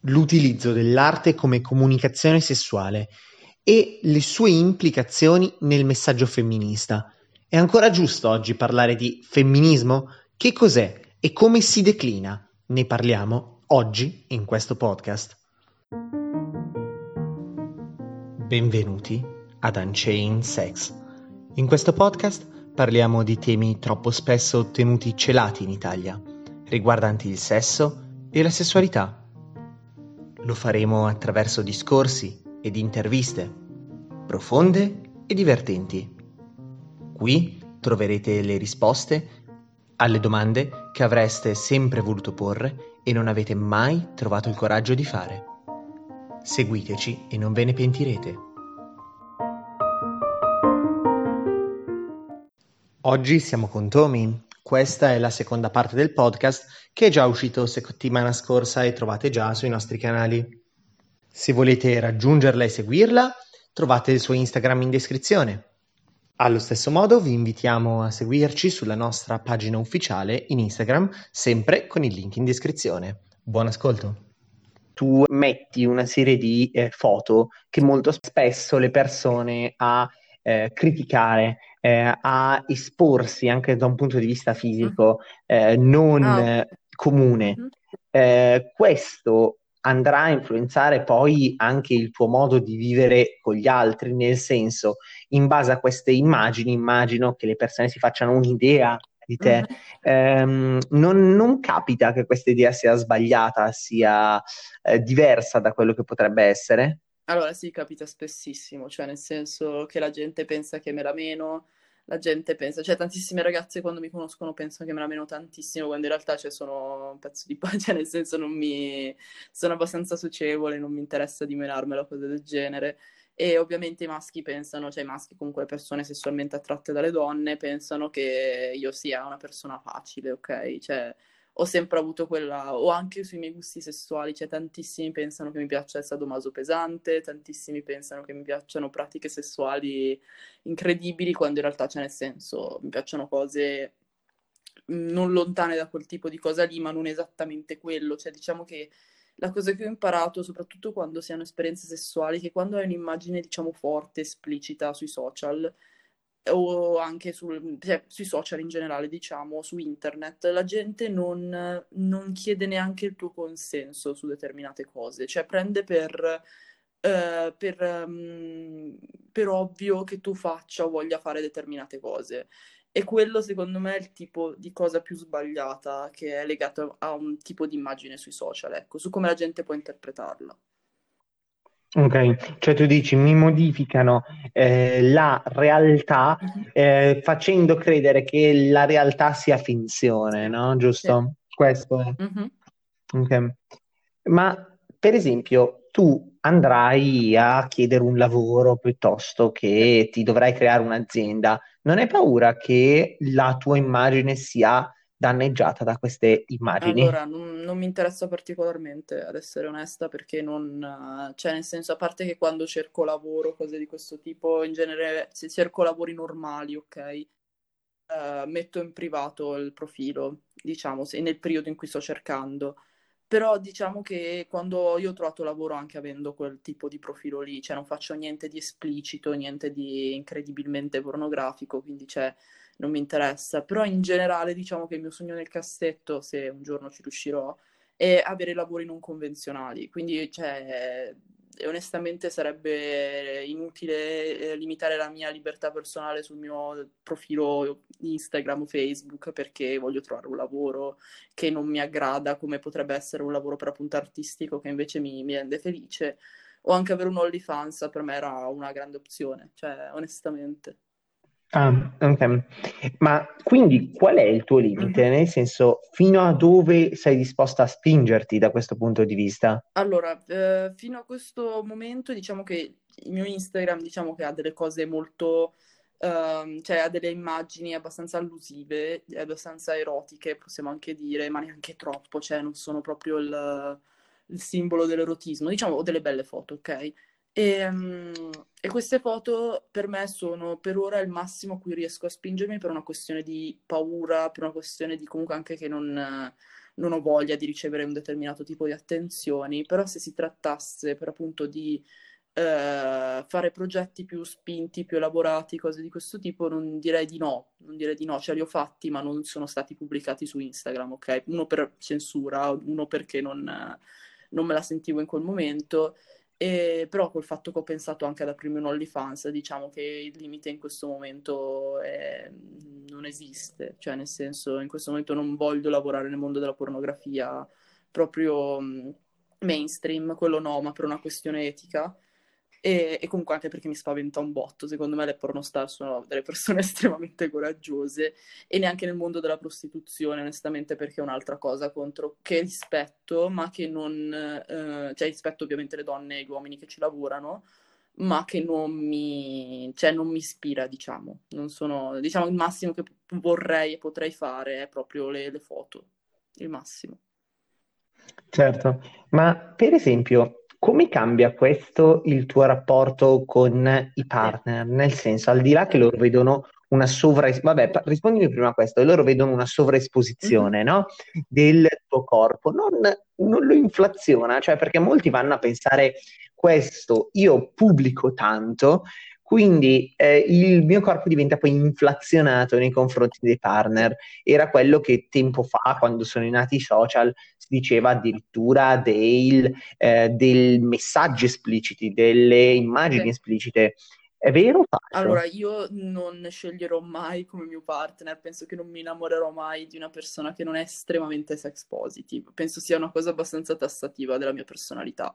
l'utilizzo dell'arte come comunicazione sessuale e le sue implicazioni nel messaggio femminista. È ancora giusto oggi parlare di femminismo? Che cos'è e come si declina? Ne parliamo oggi in questo podcast. Benvenuti ad Unchained Sex. In questo podcast parliamo di temi troppo spesso tenuti celati in Italia, riguardanti il sesso e la sessualità. Lo faremo attraverso discorsi ed interviste, profonde e divertenti. Qui troverete le risposte alle domande che avreste sempre voluto porre e non avete mai trovato il coraggio di fare. Seguiteci e non ve ne pentirete. Oggi siamo con Tommy. Questa è la seconda parte del podcast che è già uscito settimana scorsa e trovate già sui nostri canali. Se volete raggiungerla e seguirla, trovate il suo Instagram in descrizione. Allo stesso modo vi invitiamo a seguirci sulla nostra pagina ufficiale in Instagram, sempre con il link in descrizione. Buon ascolto! Tu metti una serie di foto che molto spesso le persone a criticare, a esporsi anche da un punto di vista fisico non comune. Questo andrà a influenzare poi anche il tuo modo di vivere con gli altri, nel senso, in base a queste immagini, immagino che le persone si facciano un'idea di te. Non capita che questa idea sia sbagliata, sia diversa da quello che potrebbe essere? Allora sì, capita spessissimo, cioè nel senso che la gente pensa che me la meno, la gente pensa, cioè tantissime ragazze quando mi conoscono pensano che me la meno tantissimo, quando in realtà cioè, sono un pezzo di pane, cioè nel senso sono abbastanza socievole, non mi interessa di menarmela o cose del genere. E ovviamente i maschi pensano, cioè i maschi comunque le persone sessualmente attratte dalle donne pensano che io sia una persona facile, ok? Cioè ho sempre avuto quella, o anche sui miei gusti sessuali, cioè tantissimi pensano che mi piaccia il sadomaso pesante, tantissimi pensano che mi piacciono pratiche sessuali incredibili, quando in realtà, cioè nel senso, mi piacciono cose non lontane da quel tipo di cosa lì, ma non esattamente quello, cioè diciamo che la cosa che ho imparato, soprattutto quando si hanno esperienze sessuali, che quando hai un'immagine, diciamo, forte, esplicita sui social, o anche cioè, sui social in generale, diciamo, su internet, la gente non chiede neanche il tuo consenso su determinate cose, cioè prende eh, per, ehm, per ovvio che tu faccia o voglia fare determinate cose. E quello, secondo me, è il tipo di cosa più sbagliata che è legato a un tipo di immagine sui social, ecco, su come la gente può interpretarla. Ok, cioè tu dici mi modificano la realtà Mhm. facendo credere che la realtà sia finzione, Sì, no? sì. Giusto? Questo è. Mhm. Ok. Ma per esempio, tu andrai a chiedere un lavoro piuttosto Sì. che ti dovrai creare un'azienda. Non hai paura che la tua immagine sia danneggiata da queste immagini? Allora, non mi interessa particolarmente, ad essere onesta, perché cioè nel senso, a parte che quando cerco lavoro, cose di questo tipo, in genere, se cerco lavori normali, ok, metto in privato il profilo, diciamo, se nel periodo in cui sto cercando. Però diciamo che quando io ho trovato lavoro anche avendo quel tipo di profilo lì, cioè non faccio niente di esplicito, niente di incredibilmente pornografico, quindi cioè, non mi interessa. Però in generale diciamo che il mio sogno nel cassetto, se un giorno ci riuscirò, è avere lavori non convenzionali. Quindi cioè, onestamente sarebbe inutile limitare la mia libertà personale sul mio profilo Instagram o Facebook perché voglio trovare un lavoro che non mi aggrada, come potrebbe essere un lavoro per appunto artistico che invece mi rende felice, o anche avere un OnlyFans per me era una grande opzione, cioè onestamente. Ah, ok. Ma quindi qual è il tuo Mhm. limite? Nel senso, fino a dove sei disposta a spingerti da questo punto di vista? Allora, fino a questo momento diciamo che il mio Instagram diciamo che ha delle cose molto, cioè ha delle immagini abbastanza allusive, abbastanza erotiche, possiamo anche dire, ma neanche troppo, cioè non sono proprio il simbolo dell'erotismo, diciamo, ho delle belle foto, ok? E queste foto per me sono per ora il massimo a cui riesco a spingermi per una questione di paura, per una questione di comunque anche che non ho voglia di ricevere un determinato tipo di attenzioni, però se si trattasse per appunto di fare progetti più spinti, più elaborati, cose di questo tipo, non direi di no, non direi di no, cioè li ho fatti ma non sono stati pubblicati su Instagram, ok? Uno per censura, uno perché non me la sentivo in quel momento, però col fatto che ho pensato anche ad aprirmi un OnlyFans, diciamo che il limite in questo momento non esiste, cioè nel senso in questo momento non voglio lavorare nel mondo della pornografia proprio mainstream, quello no, ma per una questione etica. E comunque anche perché mi spaventa un botto. Secondo me le pornostar sono delle persone estremamente coraggiose e neanche nel mondo della prostituzione, onestamente, perché è un'altra cosa contro che rispetto, ma che non... cioè rispetto ovviamente le donne e gli uomini che ci lavorano, ma che cioè, non mi ispira, diciamo. Non sono... Diciamo, il massimo che vorrei e potrei fare è proprio le foto. Il massimo. Certo, ma per esempio, come cambia questo il tuo rapporto con i Sì. partner? Nel senso, al di là che loro vedono una vabbè, rispondimi prima a questo, loro vedono una Mhm. sovraesposizione, no? Del tuo corpo, non lo inflaziona, cioè perché molti vanno a pensare questo, io pubblico tanto, quindi il mio corpo diventa poi inflazionato nei confronti dei Sì. partner. Era quello che tempo fa, quando sono nati i social, si diceva addirittura del messaggi espliciti, delle immagini Sì. esplicite. È vero o Allora, falso? io non sceglierò mai come mio partner, penso che non mi innamorerò mai di una persona che non è estremamente sex positive, penso sia una cosa abbastanza tassativa della mia personalità.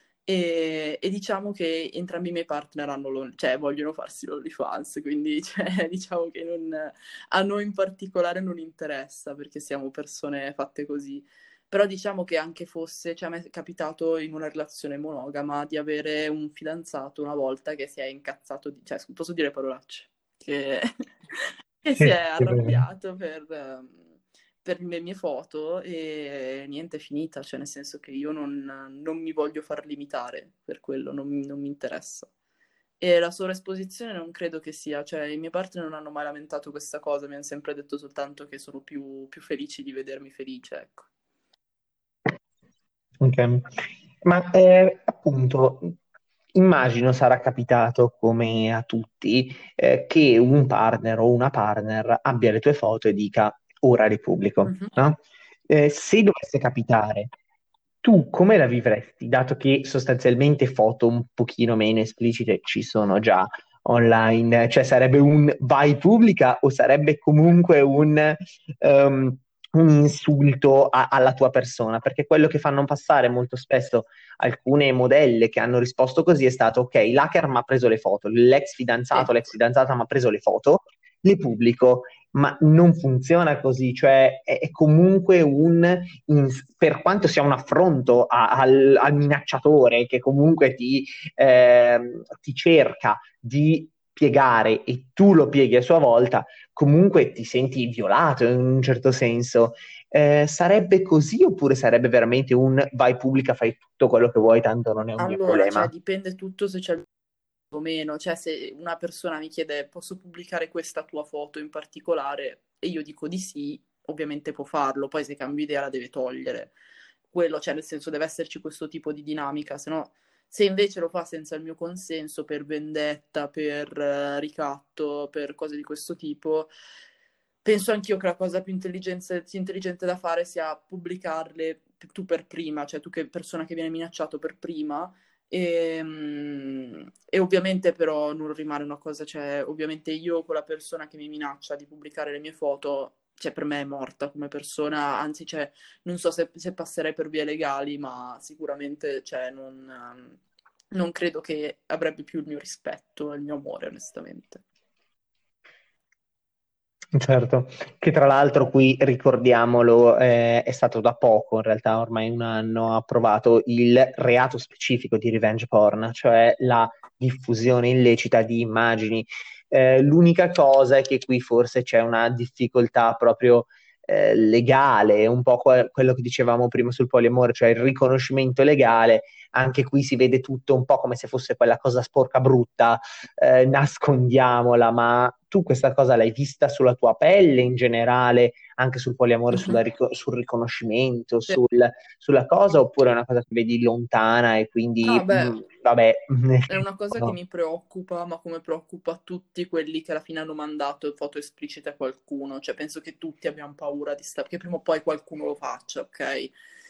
E diciamo che entrambi i miei partner cioè, vogliono farsi l'OnlyFans, quindi cioè, diciamo che a noi in particolare non interessa perché siamo persone fatte così. Però diciamo che anche fosse, cioè a me è capitato in una relazione monogama di avere un fidanzato una volta che si è incazzato, cioè posso dire parolacce, che, che si Sì, è sì, bene. arrabbiato per le mie foto e niente, è finita, cioè nel senso che io non mi voglio far limitare per quello, non mi interessa. E la sovraesposizione non credo che sia, cioè i miei partner non hanno mai lamentato questa cosa, mi hanno sempre detto soltanto che sono più felici di vedermi felice, ecco. Ok. Ma appunto, immagino sarà capitato come a tutti che un partner o una partner abbia le tue foto e dica ora le pubblico, Mhm. no? Se dovesse capitare, tu come la vivresti, dato che sostanzialmente foto un pochino meno esplicite ci sono già online? Cioè sarebbe un vai pubblica o sarebbe comunque um, un insulto alla tua persona? Perché quello che fanno passare molto spesso alcune modelle che hanno risposto così è stato: ok, l'hacker mi ha preso le foto, l'ex fidanzato, Sì. l'ex fidanzata mi ha preso le foto, le pubblico. Ma non funziona così, cioè è comunque per quanto sia un affronto al minacciatore che comunque ti cerca di piegare e tu lo pieghi a sua volta, comunque ti senti violato in un certo senso. Sarebbe così oppure sarebbe veramente un vai pubblica, fai tutto quello che vuoi, tanto non è un mio Allora, cioè, problema? dipende tutto se c'è il o meno, cioè se una persona mi chiede posso pubblicare questa tua foto in particolare e io dico di sì, ovviamente può farlo, poi se cambia idea la deve togliere. Quello, cioè nel senso deve esserci questo tipo di dinamica, se no se invece lo fa senza il mio consenso, per vendetta, per ricatto, per cose di questo tipo, penso anch'io che la cosa più intelligente da fare sia pubblicarle tu per prima, cioè tu che persona che viene minacciato per prima e ovviamente però non rimane una cosa, cioè ovviamente io con la persona che mi minaccia di pubblicare le mie foto, cioè per me è morta come persona, anzi cioè, non so se passerei per vie legali, ma sicuramente cioè, non credo che avrebbe più il mio rispetto e il mio amore, onestamente. Certo, che tra l'altro qui ricordiamolo, è stato da poco, in realtà ormai un anno, approvato il reato specifico di revenge porn, cioè la diffusione illecita di immagini. L'unica cosa è che qui forse c'è una difficoltà proprio legale, un po' quello che dicevamo prima sul poliamore, cioè il riconoscimento legale. Anche qui si vede tutto un po' come se fosse quella cosa sporca brutta, nascondiamola, ma tu questa cosa l'hai vista sulla tua pelle in generale, anche sul poliamore, sul riconoscimento, sulla cosa, oppure è una cosa che vedi lontana e No, quindi, beh, vabbè, nel è una senso, cosa che no. mi preoccupa, ma come preoccupa tutti quelli che alla fine hanno mandato foto esplicite a qualcuno. Cioè, penso che tutti abbiamo paura che prima o poi qualcuno lo faccia, ok?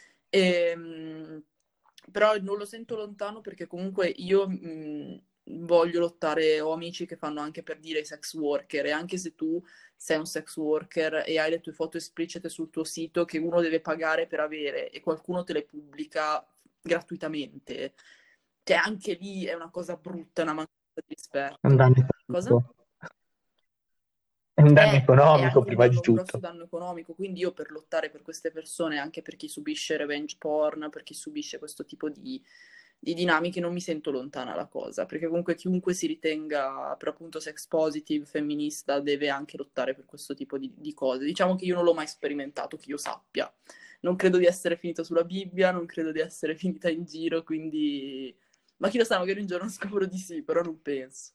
Però non lo sento lontano perché comunque io voglio lottare, ho amici che fanno anche per dire i sex worker, e anche se tu sei un sex worker e hai le tue foto esplicite sul tuo sito che uno deve pagare per avere e qualcuno te le pubblica gratuitamente, cioè anche lì è una cosa brutta, una mancanza di È un rispetto. danno Cosa? economico. È un danno È economico anche prima di un grosso tutto. danno economico, quindi io per lottare per queste persone, anche per chi subisce revenge porn, per chi subisce questo tipo di dinamiche, non mi sento lontana la cosa, perché comunque chiunque si ritenga per appunto sex positive, femminista, deve anche lottare per questo tipo di cose. Diciamo che io non l'ho mai sperimentato, che io sappia. Non credo di essere finita sulla Bibbia, non credo di essere finita in giro, quindi... Ma chi lo sa, magari un giorno scopro di sì, però non penso.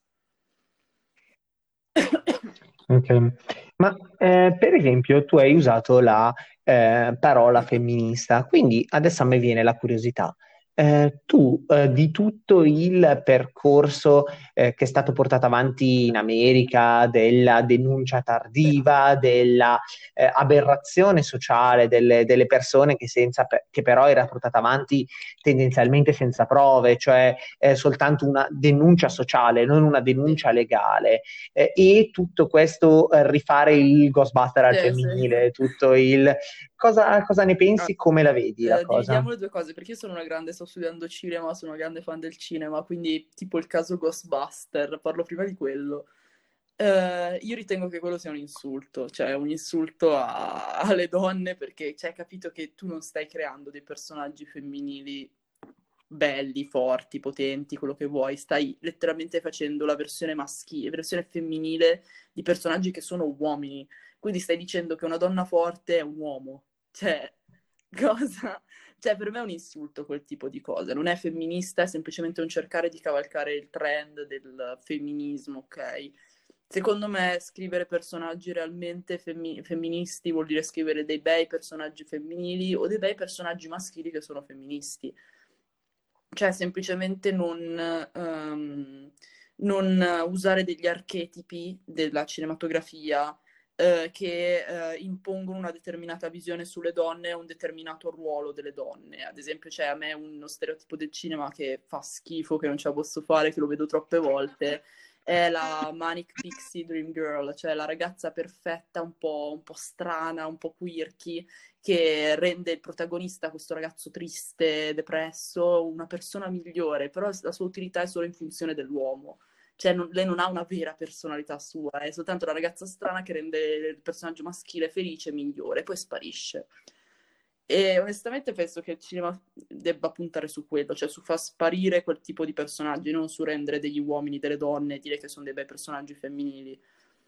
Ok. Ma per esempio tu hai usato la parola Mm-mm. femminista, quindi adesso a me viene la curiosità. Tu di tutto il percorso che è stato portato avanti in America, della denuncia Sì, tardiva, della aberrazione sociale delle persone che però era portata avanti tendenzialmente senza prove, cioè soltanto una denuncia sociale, non una sì, denuncia legale, e tutto questo rifare il Ghostbuster al sì, sì. femminile, tutto il... Cosa ne Ah, pensi? Come la vedi la cosa? dividiamo le due cose, perché io sono una grande, sto studiando cinema, sono una grande fan del cinema, quindi tipo il caso Ghostbuster, parlo prima di quello. Io ritengo che quello sia un insulto, cioè un insulto alle donne, perché cioè, hai capito che tu non stai creando dei personaggi femminili belli, forti, potenti, quello che vuoi, stai letteralmente facendo la versione maschile, versione femminile di personaggi che sono uomini. Quindi stai dicendo che una donna forte è un uomo. Cioè, cosa? Cioè, per me è un insulto quel tipo di cosa. Non è femminista, è semplicemente un cercare di cavalcare il trend del femminismo, ok? Secondo me, scrivere personaggi realmente femministi vuol dire scrivere dei bei personaggi femminili o dei bei personaggi maschili che sono femministi. Cioè, semplicemente non usare degli archetipi della cinematografia che impongono una determinata visione sulle donne e un determinato ruolo delle donne. Ad esempio, c'è a me uno stereotipo del cinema che fa schifo, che non ce la posso fare, che lo vedo troppe volte, è la Manic Pixie Dream Girl, cioè la ragazza perfetta, un po' strana, un po' quirky, che rende il protagonista, questo ragazzo triste, depresso, una persona migliore, però la sua utilità è solo in funzione dell'uomo. Cioè, lei non ha una vera personalità sua, è soltanto la ragazza strana che rende il personaggio maschile felice e migliore, poi sparisce. E onestamente penso che il cinema debba puntare su quello, cioè su far sparire quel tipo di personaggi, non su rendere degli uomini, delle donne e dire che sono dei bei personaggi femminili.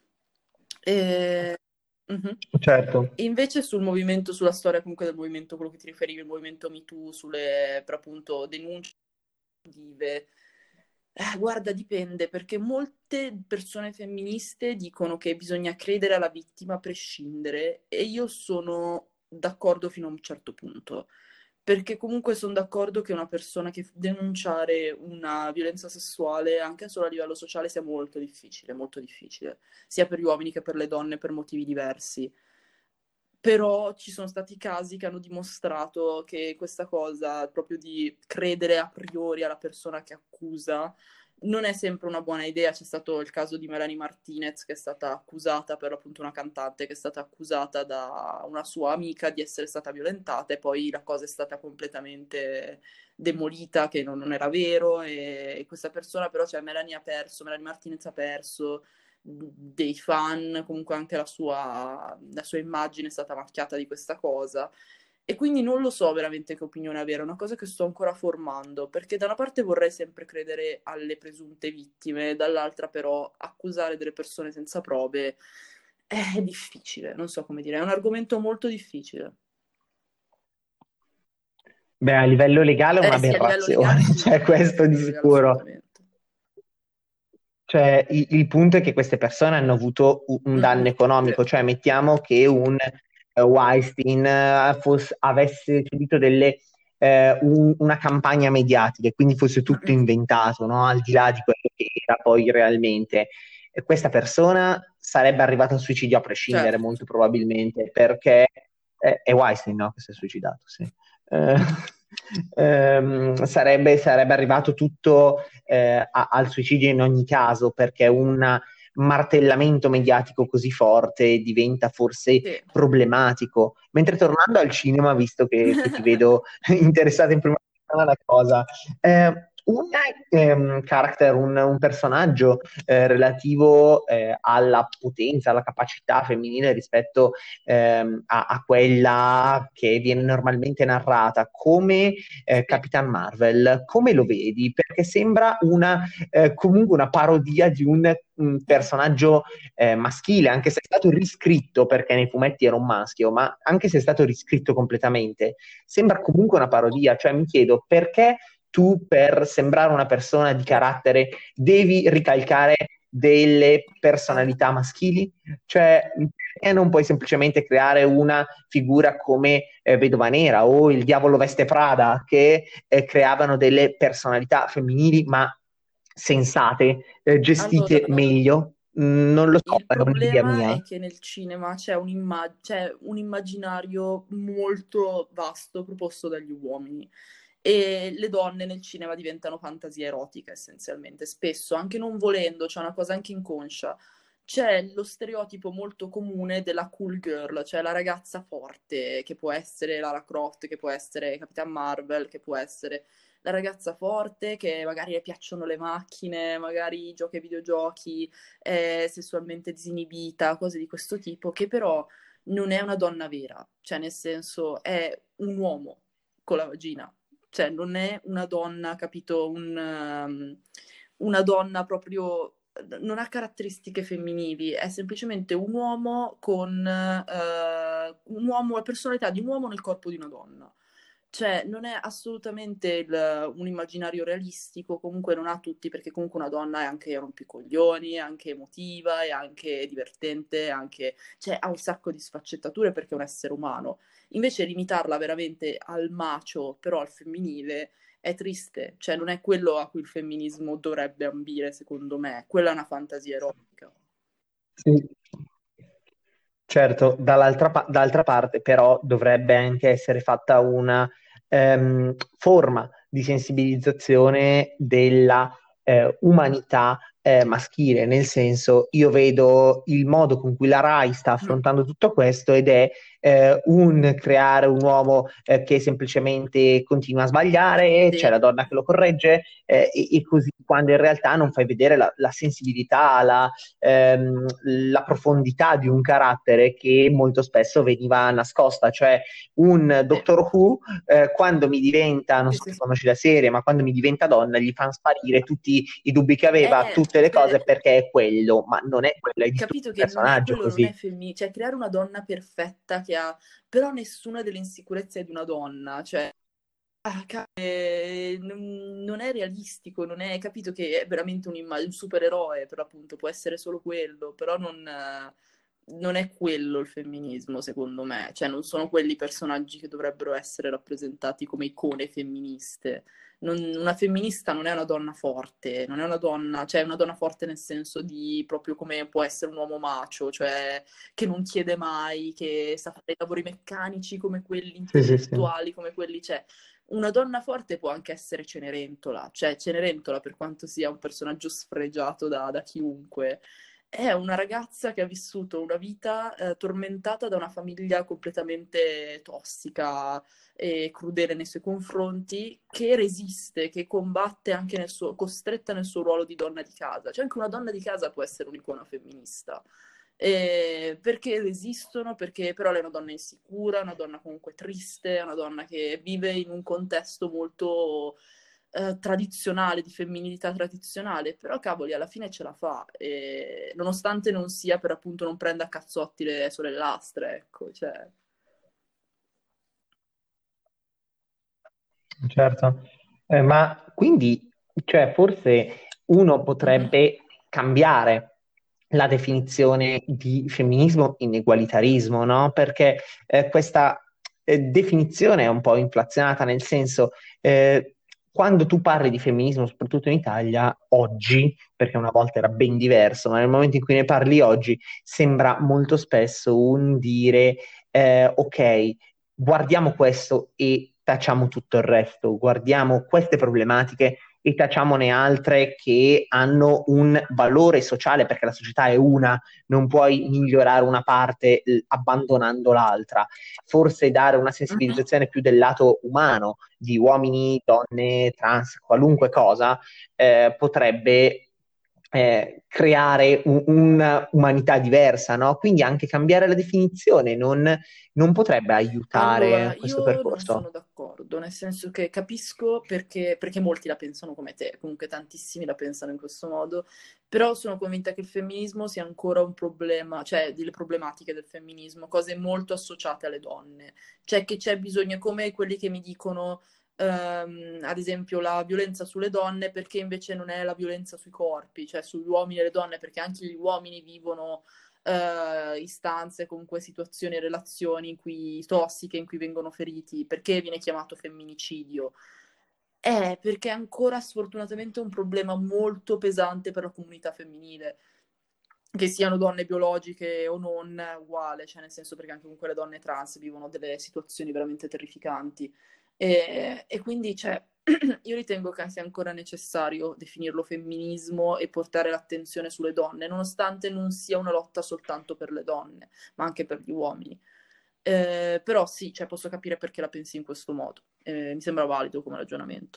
E... Mhm. Certo. E invece sul movimento, sulla storia comunque del movimento, quello che ti riferivi, il movimento Me Too, sulle per appunto denunce vive. Guarda, dipende, perché molte persone femministe dicono che bisogna credere alla vittima a prescindere e io sono d'accordo fino a un certo punto, perché comunque sono d'accordo che una persona che denunciare una violenza sessuale, anche solo a livello sociale, sia molto difficile, sia per gli uomini che per le donne per motivi diversi. Però ci sono stati casi che hanno dimostrato che questa cosa, proprio di credere a priori alla persona che accusa, non è sempre una buona idea. C'è stato il caso di Melanie Martinez, che è stata accusata, per appunto una cantante, che è stata accusata da una sua amica di essere stata violentata e poi la cosa è stata completamente demolita, che non era vero e questa persona però, cioè Melanie Martinez ha perso dei fan, comunque anche la sua immagine è stata macchiata di questa cosa. E quindi non lo so veramente che opinione avere, è una cosa che sto ancora formando, perché da una parte vorrei sempre credere alle presunte vittime, dall'altra però accusare delle persone senza prove è difficile, non so come dire, è un argomento molto difficile. Beh, a livello legale è Eh sì, a livello legale un'aberrazione, sì, cioè a questo di livello legale sicuro. assolutamente. Cioè, il punto è che queste persone hanno avuto un danno Sì. economico, cioè mettiamo che un Weinstein avesse subito una campagna mediatica e quindi fosse tutto inventato, no? Al di là di quello che era poi realmente. E questa persona sarebbe arrivata al suicidio a prescindere, Certo. molto probabilmente, perché è Weinstein, no? Che si è suicidato, sì. Eh, sarebbe arrivato tutto al suicidio in ogni caso, perché un martellamento mediatico così forte diventa forse Sì. problematico. Mentre tornando al cinema, visto che ti vedo interessato in prima persona alla cosa, un character, un personaggio relativo alla potenza, alla capacità femminile rispetto a quella che viene normalmente narrata, come Sì. Capitan Marvel, come lo vedi? Perché sembra comunque una parodia di un personaggio maschile, anche se è stato riscritto, perché nei fumetti era un maschio, ma anche se è stato riscritto completamente, sembra comunque una parodia. Cioè mi chiedo perché tu, per sembrare una persona di Sì. carattere, devi ricalcare delle Ah, personalità maschili? Cioè, perché non puoi semplicemente creare una figura come Vedova Nera o il Diavolo Veste Prada, che creavano delle personalità femminili ma sensate, allora, gestite meglio? Non lo so, il è un'idea problema mia. è che nel cinema c'è un immaginario molto vasto proposto dagli uomini e le donne nel cinema diventano fantasia erotica essenzialmente, spesso, anche non volendo, c'è una cosa anche inconscia. C'è lo stereotipo molto comune della cool girl, cioè la ragazza forte, che può essere Lara Croft, che può essere Capitan Marvel, che può essere la ragazza forte, che magari le piacciono le macchine, magari gioca ai videogiochi, è sessualmente disinibita, cose di questo tipo, che però non è una donna vera, cioè nel senso è un uomo con la vagina, cioè non è una donna, capito, una donna proprio, non ha caratteristiche femminili, è semplicemente un uomo con la personalità di un uomo nel corpo di una donna. Cioè, non è assolutamente un immaginario realistico, comunque non ha tutti, perché comunque una donna è anche rompicoglioni, è anche emotiva, è anche divertente, cioè, ha un sacco di sfaccettature perché è un essere umano. Invece limitarla veramente al macio, però al femminile, è triste. Cioè, non è quello a cui il femminismo dovrebbe ambire, secondo me. Quella è una fantasia erotica. Sì. Certo, d'altra parte però dovrebbe anche essere fatta una forma di sensibilizzazione della umanità maschile, nel senso io vedo il modo con cui la Rai sta Mm. affrontando tutto questo ed è un creare un uomo che semplicemente continua a sbagliare, c'è Sì. la donna che lo corregge e così, quando in realtà non fai vedere la sensibilità, la profondità di un carattere che molto spesso veniva nascosta, cioè un Sì. Doctor Who quando mi diventa, non Sì, so sì, se sì. conosci la serie, ma quando mi diventa donna gli fanno sparire tutti i dubbi che aveva, tutte le Cioè, cose perché è quello, ma non è quello, hai distrutto capito il che non è personaggio quello, non è così. femminile, cioè creare una donna perfetta che ha però nessuna delle insicurezze di una donna, cioè non è realistico, non è capito che è veramente un supereroe, però appunto può essere solo quello, però non è quello il femminismo, secondo me, cioè non sono quelli i personaggi che dovrebbero essere rappresentati come icone femministe. Una femminista non è una donna forte, non è una donna, cioè è una donna forte nel senso di proprio come può essere un uomo macio, cioè che non chiede mai, che sa fare i lavori meccanici come quelli Sì, sì, sì. intellettuali, come quelli, cioè una donna forte può anche essere Cenerentola, cioè Cenerentola, per quanto sia un personaggio sfregiato da chiunque, è una ragazza che ha vissuto una vita tormentata da una famiglia completamente tossica e crudele nei suoi confronti, che resiste, che combatte anche costretta nel suo ruolo di donna di casa. Cioè anche una donna di casa può essere un'icona femminista. Perché resistono, perché però lei è una donna insicura, una donna comunque triste, una donna che vive in un contesto molto tradizionale, di femminilità tradizionale, però cavoli, alla fine ce la fa, nonostante non sia per appunto non prenda a cazzotti le sorellastre, ecco, cioè. Certo. Ma quindi, cioè, forse uno Mhm. potrebbe cambiare la definizione di femminismo in egualitarismo, no? Perché questa definizione è un po' inflazionata, nel senso, quando tu parli di femminismo, soprattutto in Italia, oggi, perché una volta era ben diverso, ma nel momento in cui ne parli oggi, sembra molto spesso un dire, ok, guardiamo questo e tacciamo tutto il resto, guardiamo queste problematiche e tacciamone altre che hanno un valore sociale, perché la società è una, non puoi migliorare una parte abbandonando l'altra. Forse dare una Mhm. sensibilizzazione più del lato umano di uomini, donne, trans, qualunque cosa, potrebbe creare una umanità diversa, no? Quindi anche cambiare la definizione non potrebbe Allora, aiutare questo io non sono percorso. d'accordo, nel senso che capisco perché molti la pensano come te, comunque tantissimi la pensano in questo modo, però sono convinta che il femminismo sia ancora un problema, cioè delle problematiche del femminismo, cose molto associate alle donne, cioè che c'è bisogno, è come quelli che mi dicono, ad esempio, la violenza sulle donne, perché invece non è la violenza sui corpi, cioè sugli uomini e le donne, perché anche gli uomini vivono istanze, comunque situazioni e relazioni in cui, tossiche in cui vengono feriti, perché viene chiamato femminicidio? Perché è ancora sfortunatamente un problema molto pesante per la comunità femminile, che siano donne biologiche o non, è uguale, cioè nel senso perché anche comunque le donne trans vivono delle situazioni veramente terrificanti. E quindi, cioè, io ritengo che sia ancora necessario definirlo femminismo e portare l'attenzione sulle donne, nonostante non sia una lotta soltanto per le donne, ma anche per gli uomini. Però sì, cioè, posso capire perché la pensi in questo modo. Mi sembra valido come ragionamento.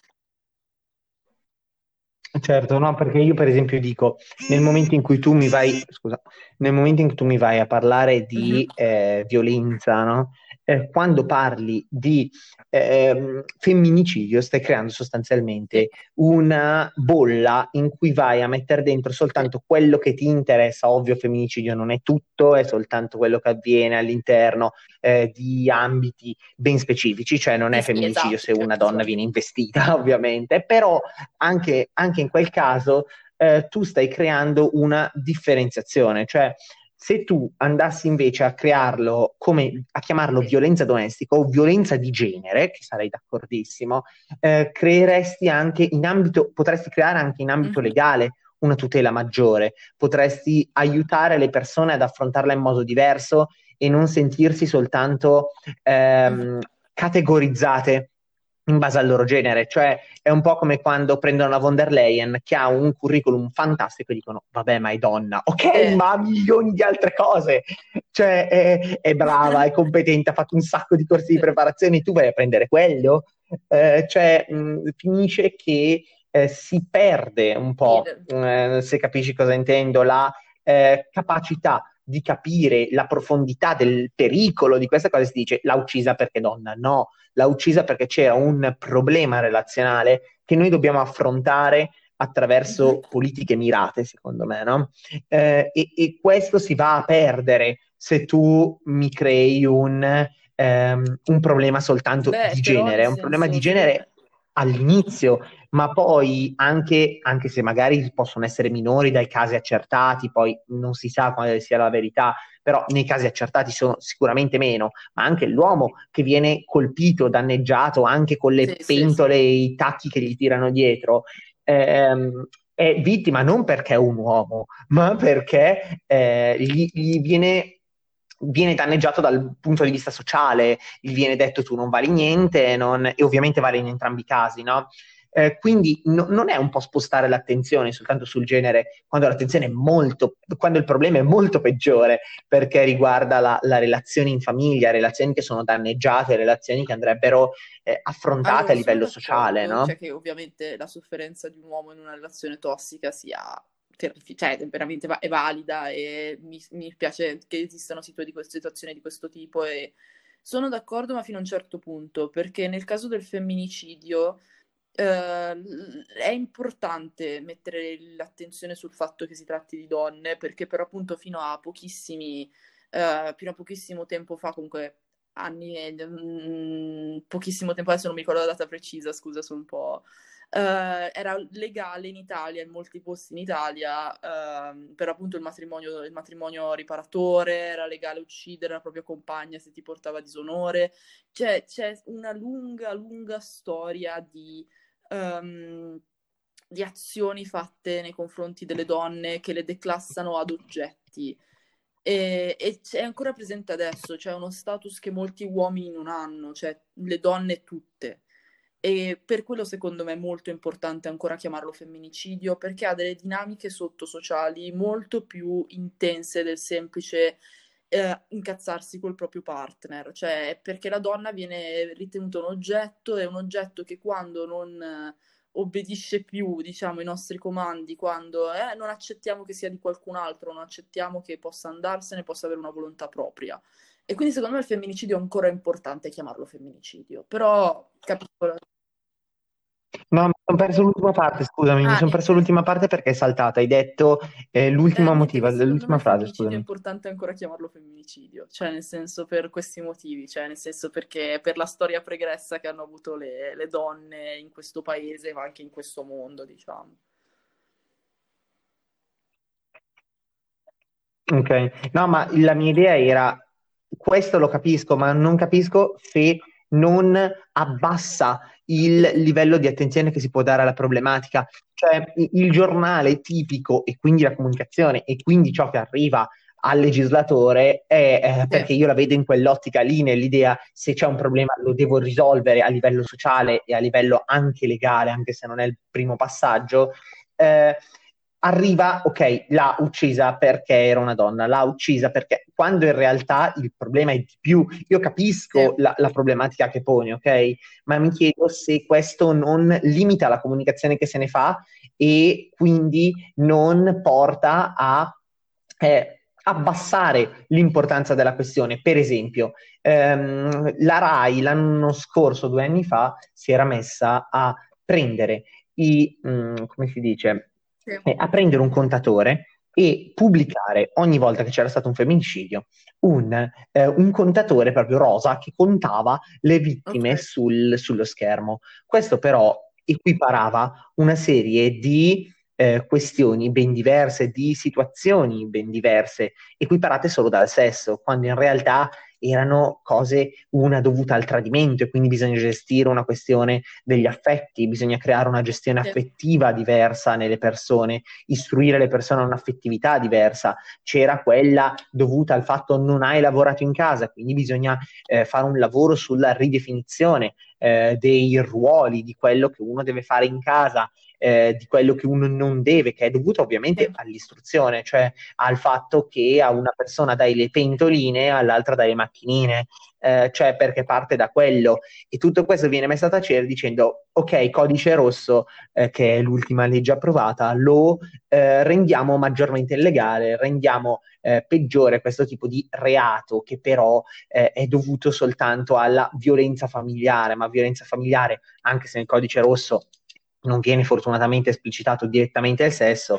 Certo, no, perché io per esempio dico, nel momento in cui tu mi vai, scusa, nel momento in cui tu mi vai a parlare Mhm. di violenza, no? Quando parli di femminicidio, stai creando Sì, sostanzialmente una bolla in cui vai a mettere dentro sì, soltanto quello che ti interessa. Ovvio, femminicidio non è tutto, è soltanto quello che avviene all'interno di ambiti ben specifici, cioè non è sì, sì, femminicidio esatto, se una certo, donna certo. viene investita, ovviamente, però anche in quel caso tu stai creando una differenziazione, cioè se tu andassi invece a crearlo come a chiamarlo Sì. violenza domestica o violenza di genere, che sarei d'accordissimo, creeresti anche in ambito, potresti creare anche in ambito Mhm. legale una tutela maggiore, potresti aiutare le persone ad affrontarla in modo diverso e non sentirsi soltanto Mhm. categorizzate in base al loro genere, cioè è un po' come quando prendono la von der Leyen che ha un curriculum fantastico e dicono vabbè ma è donna, ok Eh, ma ha milioni di altre cose, cioè è brava, è competente, ha fatto un sacco di corsi di sì. preparazione, tu vai a prendere quello. Cioè finisce che si perde un Sì, po', se capisci cosa intendo, la capacità di capire la profondità del pericolo di questa cosa, si dice l'ha uccisa perché donna, no, l'ha uccisa perché c'era un problema relazionale che noi dobbiamo affrontare Mhm. attraverso politiche mirate, secondo me, no? E questo si va a perdere se tu mi crei un problema soltanto Beh, di però genere, nel è un problema di senso, genere all'inizio, ma poi anche se magari possono essere minori dai casi accertati, poi non si sa quale sia la verità, però nei casi accertati sono sicuramente meno, ma anche l'uomo che viene colpito, danneggiato anche con sì, le sì, sì. pentole e i tacchi che gli tirano dietro, è vittima non perché è un uomo, ma perché gli viene danneggiato dal punto di vista sociale, gli viene detto tu non vali niente, e ovviamente vale in entrambi i casi, no? Quindi non è un po' spostare l'attenzione soltanto sul genere quando l'attenzione è quando il problema è molto peggiore perché riguarda la relazione in famiglia, relazioni che sono danneggiate, relazioni che andrebbero affrontate a Allora, sono livello sociale, d'accordo, cioè no? che ovviamente la sofferenza di un uomo in una relazione tossica sia cioè è veramente è valida e mi piace che esistano situazioni di questo tipo e sono d'accordo ma fino a un certo punto, perché nel caso del femminicidio è importante mettere l'attenzione sul fatto che si tratti di donne, perché per appunto fino a pochissimo tempo fa, comunque anni, pochissimo tempo, adesso non mi ricordo la data precisa, scusa, sono un po'. era legale in Italia, in molti posti in Italia, per appunto il matrimonio riparatore, era legale uccidere la propria compagna se ti portava disonore. Cioè, c'è una lunga, lunga storia di azioni fatte nei confronti delle donne che le declassano ad oggetti. E è ancora presente adesso, c'è uno status che molti uomini non hanno, cioè le donne tutte. E per quello secondo me è molto importante ancora chiamarlo femminicidio, perché ha delle dinamiche sottosociali molto più intense del semplice incazzarsi col proprio partner, cioè perché la donna viene ritenuta un oggetto, è un oggetto che quando non obbedisce più, diciamo, ai nostri comandi, quando non accettiamo che sia di qualcun altro, non accettiamo che possa andarsene, possa avere una volontà propria. E quindi secondo me il femminicidio è ancora importante chiamarlo femminicidio, però capisco. No, mi sono perso l'ultima parte, scusami, mi Ah, sono perso niente. l'ultima parte perché è saltata. Hai detto l'ultima Niente, che secondo me l'ultima il frase, femminicidio è scusami. importante ancora chiamarlo femminicidio, cioè nel senso per questi motivi, cioè nel senso perché per la storia pregressa che hanno avuto le donne in questo paese, ma anche in questo mondo, diciamo. Ok, no, ma la mia idea era, questo lo capisco, ma non capisco se non abbassa il Sì, livello di attenzione che si può dare alla problematica. Cioè, il giornale tipico e quindi la comunicazione e quindi ciò che arriva al legislatore è sì, perché io la vedo in quell'ottica lì, nell'idea se c'è un problema lo devo risolvere a livello sociale e a livello anche legale, anche se non è il primo passaggio. eh, Arriva, ok, l'ha uccisa perché era una donna, l'ha uccisa perché quando in realtà il problema è di più. Io capisco sì. la problematica che poni, ok? Ma mi chiedo se questo non limita la comunicazione che se ne fa e quindi non porta a abbassare l'importanza della questione. Per esempio, la RAI l'anno scorso, 2 anni fa, si era messa a prendere come si dice, Sì. a prendere un contatore e pubblicare ogni volta che c'era stato un femminicidio un contatore proprio rosa che contava le Ok. vittime sullo schermo. Questo però equiparava una serie di questioni ben diverse, di situazioni ben diverse, equiparate solo dal sesso, quando in realtà erano cose una dovuta al tradimento e quindi bisogna gestire una questione degli affetti, bisogna creare una gestione Sì. affettiva diversa nelle persone, istruire le persone a un'affettività diversa. C'era quella dovuta al fatto non hai lavorato in casa, quindi bisogna fare un lavoro sulla ridefinizione dei ruoli, di quello che uno deve fare in casa, di quello che uno non deve, che è dovuto ovviamente Sì. all'istruzione, cioè al fatto che a una persona dai le pentoline, all'altra dai le macchinine, cioè perché parte da quello. E tutto questo viene messo a tacere dicendo, ok, codice rosso, che è l'ultima legge approvata, lo rendiamo maggiormente illegale, rendiamo peggiore questo tipo di reato che però è dovuto soltanto alla violenza familiare, ma violenza familiare, anche se nel codice rosso non viene fortunatamente esplicitato direttamente il sesso,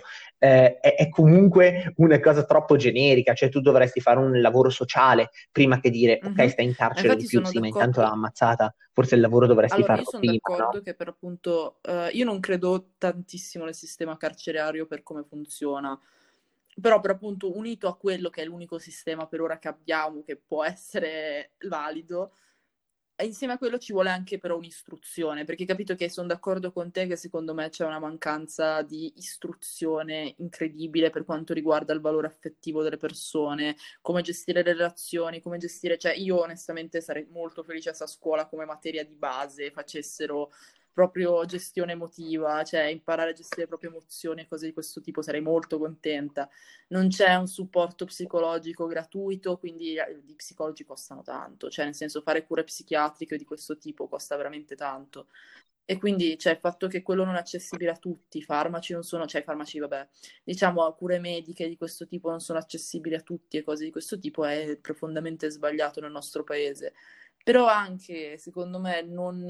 è comunque una cosa troppo generica, cioè tu dovresti fare un lavoro sociale prima che dire ok, Mhm. sta in Ma carcere di infatti più, sono sì, ma intanto l'ha d'accordo. ammazzata, forse il lavoro dovresti Allora, io farlo sono prima, d'accordo no? che per appunto, io non credo tantissimo nel sistema carcerario per come funziona, però per appunto unito a quello che è l'unico sistema per ora che abbiamo che può essere valido, e insieme a quello ci vuole anche però un'istruzione, perché capito che sono d'accordo con te che secondo me c'è una mancanza di istruzione incredibile per quanto riguarda il valore affettivo delle persone, come gestire le relazioni, come gestire, cioè io onestamente sarei molto felice se a scuola come materia di base facessero proprio gestione emotiva, cioè imparare a gestire le proprie emozioni e cose di questo tipo, sarei molto contenta. Non c'è un supporto psicologico gratuito, quindi gli psicologi costano tanto, cioè nel senso fare cure psichiatriche di questo tipo costa veramente tanto. E quindi c'è il fatto che quello non è accessibile a tutti, i farmaci non sono, cioè i farmaci, vabbè, diciamo cure mediche di questo tipo non sono accessibili a tutti e cose di questo tipo è profondamente sbagliato nel nostro paese. Però anche, secondo me, non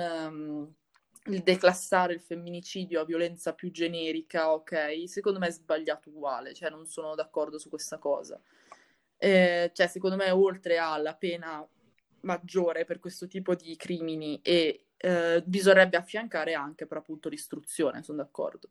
il declassare il femminicidio a violenza più generica, ok, secondo me è sbagliato uguale, cioè non sono d'accordo su questa cosa. Cioè, secondo me, oltre alla pena maggiore per questo tipo di crimini e bisognerebbe affiancare anche per appunto l'istruzione, sono d'accordo.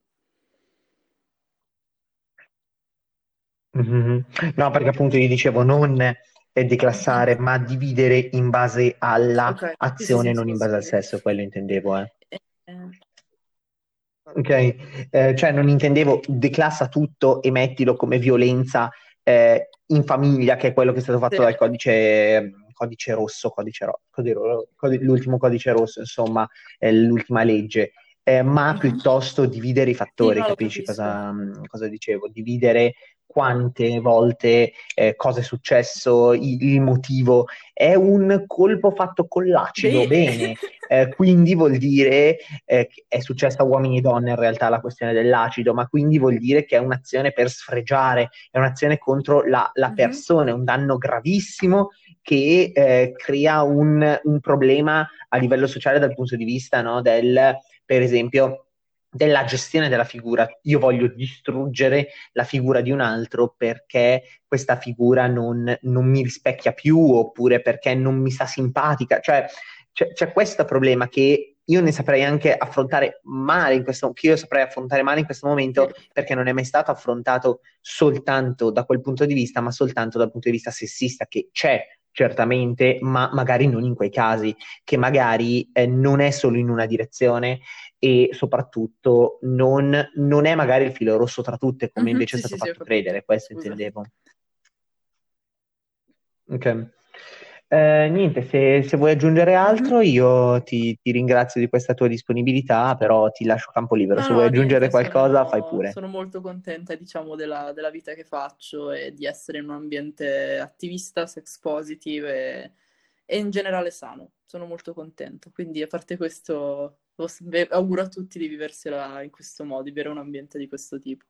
Mhm. No, perché appunto io dicevo non declassare, ma dividere in base alla Ok, sì, sì, azione, sì, non in scusa, base al scusa. sesso, quello intendevo, eh. Eh, Ok, cioè non intendevo declassa tutto e mettilo come violenza in famiglia, che è quello che è stato sì. fatto dal codice rosso, l'ultimo codice rosso, insomma, l'ultima legge, ma piuttosto dividere i Sì, fattori, no, lo capisci capisco. cosa dicevo? Dividere quante volte, cosa è successo, il motivo. È un colpo fatto con l'acido, Bene. bene. Quindi vuol dire che è successa a uomini e donne in realtà la questione dell'acido, ma quindi vuol dire che è un'azione per sfregiare, è un'azione contro la Mhm. persona, è un danno gravissimo che crea un problema a livello sociale dal punto di vista, no, per esempio, della gestione della figura. Io voglio distruggere la figura di un altro perché questa figura non mi rispecchia più oppure perché non mi sta simpatica. Cioè, c'è questo problema che io ne saprei anche affrontare male che io saprei affrontare male in questo Sì. momento perché non è mai stato affrontato soltanto da quel punto di vista, ma soltanto dal punto di vista sessista che c'è certamente, ma magari non in quei casi, che magari non è solo in una direzione e soprattutto non è magari il filo rosso tra tutte, come Mhm. invece è Sì, stato sì, sì, ho fatto credere, capito. questo Scusa. intendevo. Ok. Niente, se vuoi aggiungere Mhm. altro, io ti ringrazio di questa tua disponibilità, però ti lascio campo libero. No, Se vuoi no, aggiungere niente, qualcosa, fai sono, pure. sono molto contenta, diciamo, della vita che faccio e di essere in un ambiente attivista, sex positive e in generale sano. Sono molto contenta. Quindi, a parte questo, auguro a tutti di viversela in questo modo, di avere un ambiente di questo tipo.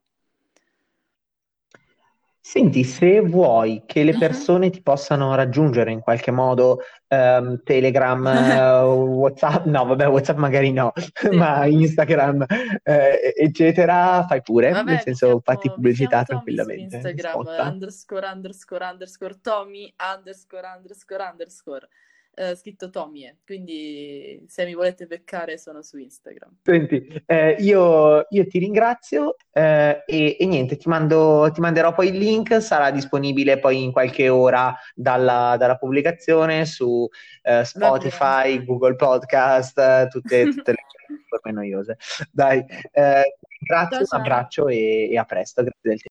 Senti, se vuoi che le Mhm. persone ti possano raggiungere in qualche modo, Telegram, WhatsApp, no, vabbè, WhatsApp magari no, Sì. ma Instagram, eccetera, fai pure, nel Vabbè, senso fatti mi chiamo pubblicità Tommy su tranquillamente, Instagram, sposta. ____ Tommy ____ scritto Tommy, quindi se mi volete beccare sono su Instagram. Senti, io ti ringrazio e niente, ti manderò poi il link, sarà disponibile poi in qualche ora dalla pubblicazione su Va bene. Spotify, Google Podcast, tutte le piattaforme noiose. Dai, ti Ciao ringrazio, un ciao. abbraccio e a presto, grazie del tempo.